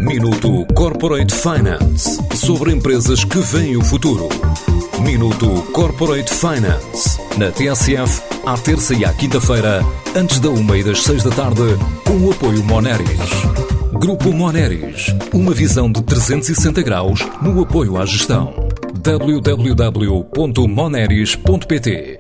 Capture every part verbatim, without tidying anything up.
Minuto Corporate Finance, sobre empresas que veem o futuro. Minuto Corporate Finance, na T S F, à terça e à quinta-feira, antes da uma e das seis da tarde, com o apoio Moneris. Grupo Moneris, uma visão de trezentos e sessenta graus no apoio à gestão. w w w ponto moneris ponto p t.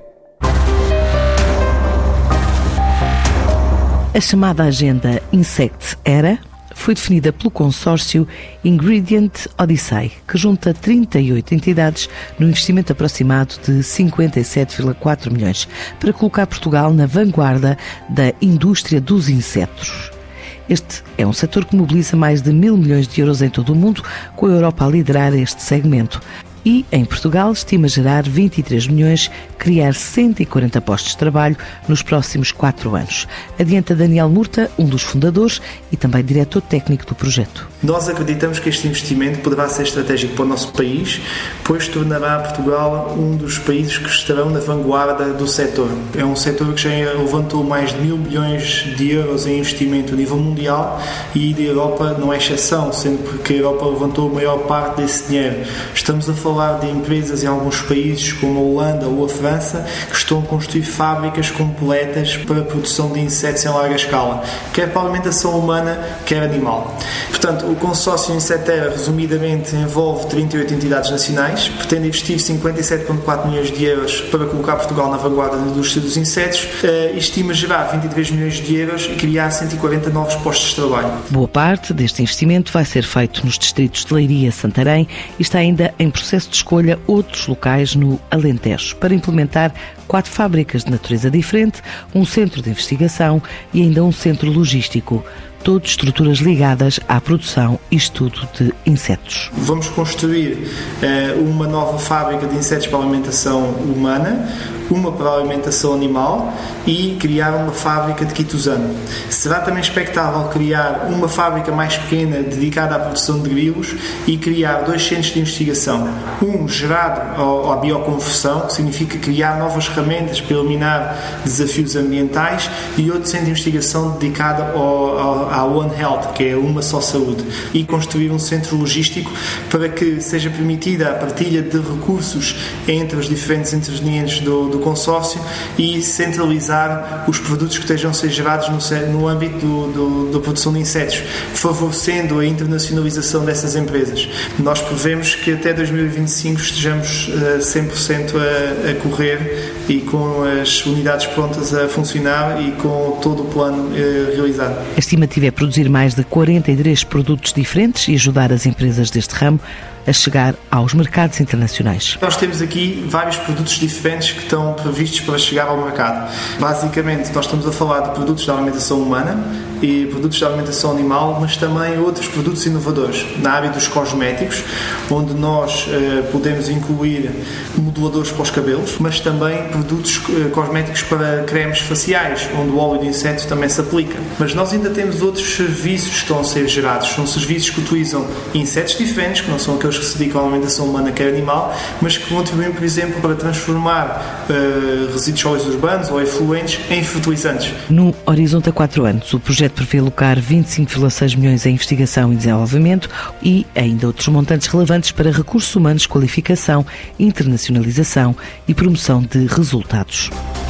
A chamada agenda Insect Era foi definida pelo consórcio Ingredient Odyssey, que junta trinta e oito entidades no investimento aproximado de cinquenta e sete vírgula quatro milhões, para colocar Portugal na vanguarda da indústria dos insetos. Este é um setor que mobiliza mais de mil milhões de euros em todo o mundo, com a Europa a liderar este segmento. E, em Portugal, estima gerar vinte e três milhões, criar cento e quarenta postos de trabalho nos próximos quatro anos. Adianta Daniel Murta, um dos fundadores e também diretor técnico do projeto. Nós acreditamos que este investimento poderá ser estratégico para o nosso país, pois tornará Portugal um dos países que estarão na vanguarda do setor. É um setor que já levantou mais de mil milhões de euros em investimento a nível mundial e a Europa não é exceção, sendo que a Europa levantou a maior parte desse dinheiro. Estamos a falar falar de empresas em alguns países como a Holanda ou a França que estão a construir fábricas completas para a produção de insetos em larga escala, quer para a alimentação humana, quer animal. Portanto, o consórcio Insect Era, resumidamente, envolve trinta e oito entidades nacionais, pretende investir cinquenta e sete vírgula quatro milhões de euros para colocar Portugal na vanguarda da indústria dos insetos, e estima gerar vinte e três milhões de euros e criar cento e quarenta novos postos de trabalho. Boa parte deste investimento vai ser feito nos distritos de Leiria e Santarém e está ainda em processo de escolha outros locais no Alentejo para implementar quatro fábricas de natureza diferente, um centro de investigação e ainda um centro logístico. Todas estruturas ligadas à produção e estudo de insetos. Vamos construir uh, uma nova fábrica de insetos para a alimentação humana, uma para a alimentação animal e criar uma fábrica de quitosano. Será também expectável criar uma fábrica mais pequena dedicada à produção de grilos e criar dois centros de investigação. Um gerado à bioconversão, que significa criar novas ferramentas para eliminar desafios ambientais, e outro centro de investigação dedicado ao, ao à One Health, que é uma só saúde, e construir um centro logístico para que seja permitida a partilha de recursos entre os diferentes intervenientes do, do consórcio e centralizar os produtos que estejam a ser gerados no, no âmbito do, do, da produção de insetos, favorecendo a internacionalização dessas empresas. Nós prevemos que até dois mil e vinte e cinco estejamos uh, cem por cento a, a correr e com as unidades prontas a funcionar e com todo o plano uh, realizado. A estimativa é produzir mais de quarenta e três produtos diferentes e ajudar as empresas deste ramo a chegar aos mercados internacionais. Nós temos aqui vários produtos diferentes que estão previstos para chegar ao mercado. Basicamente, nós estamos a falar de produtos da alimentação humana e produtos da alimentação animal, mas também outros produtos inovadores na área dos cosméticos, onde nós eh, podemos incluir moduladores para os cabelos, mas também produtos eh, cosméticos para cremes faciais, onde o óleo de inseto também se aplica. Mas nós ainda temos outros serviços que estão a ser gerados. São serviços que utilizam insetos diferentes, que não são aqueles que se dedicam à alimentação humana, quer animal, mas que contribuem, por exemplo, para transformar uh, resíduos sólidos urbanos ou efluentes em fertilizantes. No horizonte a quatro anos, o projeto prevê alocar vinte e cinco vírgula seis milhões em investigação e desenvolvimento e ainda outros montantes relevantes para recursos humanos, qualificação, internacionalização e promoção de resultados.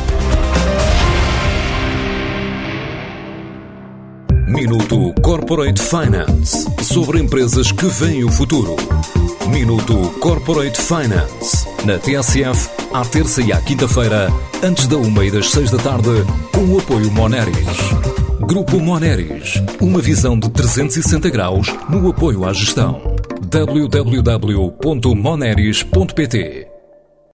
Minuto Corporate Finance, sobre empresas que veem o futuro. Minuto Corporate Finance, na T S F, à terça e à quinta-feira, antes da uma e das seis da tarde, com o apoio Moneris. Grupo Moneris, uma visão de trezentos e sessenta graus no apoio à gestão. w w w ponto moneris ponto p t